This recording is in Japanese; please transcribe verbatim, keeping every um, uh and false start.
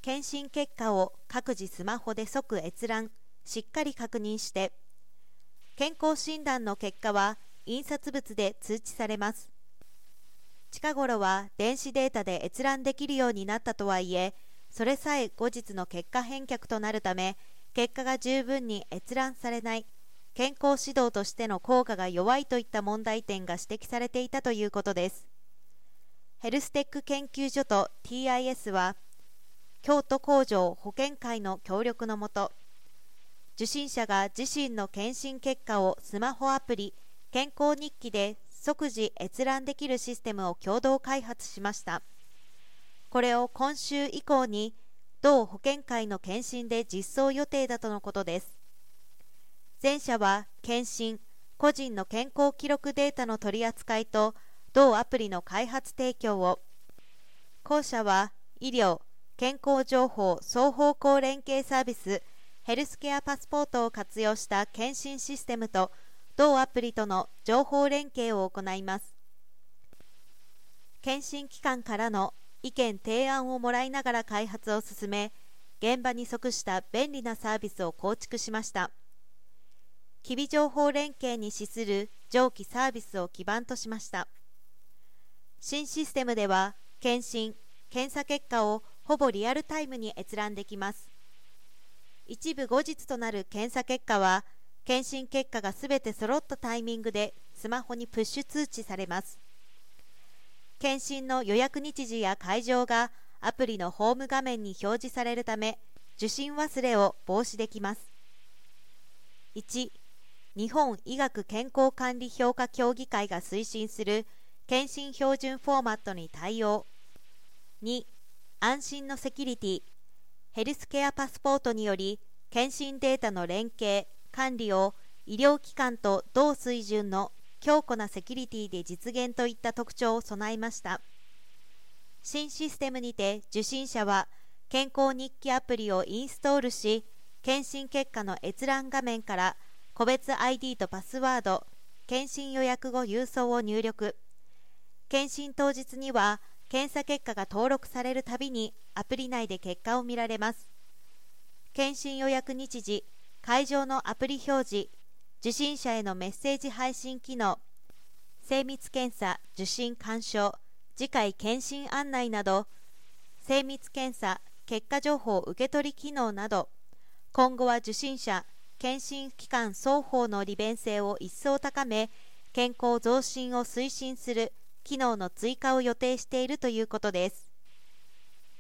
検診結果を各自スマホで即閲覧、しっかり確認して、健康診断の結果は印刷物で通知されます。近頃は電子データで閲覧できるようになったとはいえ、それさえ後日の結果返却となるため、結果が十分に閲覧されない、健康指導としての効果が弱いといった問題点が指摘されていたということです。ヘルステック研究所と ティーアイエス は、京都工場保健会の協力のもと、受診者が自身の検診結果をスマホアプリ、健康日記で即時閲覧できるシステムを共同開発しました。これを今週以降に同保健会の検診で実装予定だとのことです。前者は検診、個人の健康記録データの取り扱いと同アプリの開発提供を、後者は医療、健康情報双方向連携サービスヘルスケアパスポートを活用した検診システムと同アプリとの情報連携を行います。検診機関からの意見提案をもらいながら開発を進め、現場に即した便利なサービスを構築しました。機微情報連携に資する上記サービスを基盤としました。新システムでは検診、検査結果をほぼリアルタイムに閲覧できます。一部後日となる検査結果は、検診結果がすべて揃ったタイミングでスマホにプッシュ通知されます。検診の予約日時や会場がアプリのホーム画面に表示されるため、受診忘れを防止できます。いち. 日本医学健康管理評価協議会が推進する検診標準フォーマットに対応。に. 安心のセキュリティ、ヘルスケアパスポートにより検診データの連携、管理を医療機関と同水準の強固なセキュリティで実現といった特徴を備えました。新システムにて受診者は健康日記アプリをインストールし、検診結果の閲覧画面から個別 アイディー とパスワード、検診予約後郵送を入力。検診当日には検査結果が登録されるたびにアプリ内で結果を見られます。検診予約日時、会場のアプリ表示、受診者へのメッセージ配信機能、精密検査、受診勧奨、次回検診案内など、精密検査、結果情報受け取り機能など、今後は受診者、検診機関双方の利便性を一層高め、健康増進を推進する機能の追加を予定しているということです。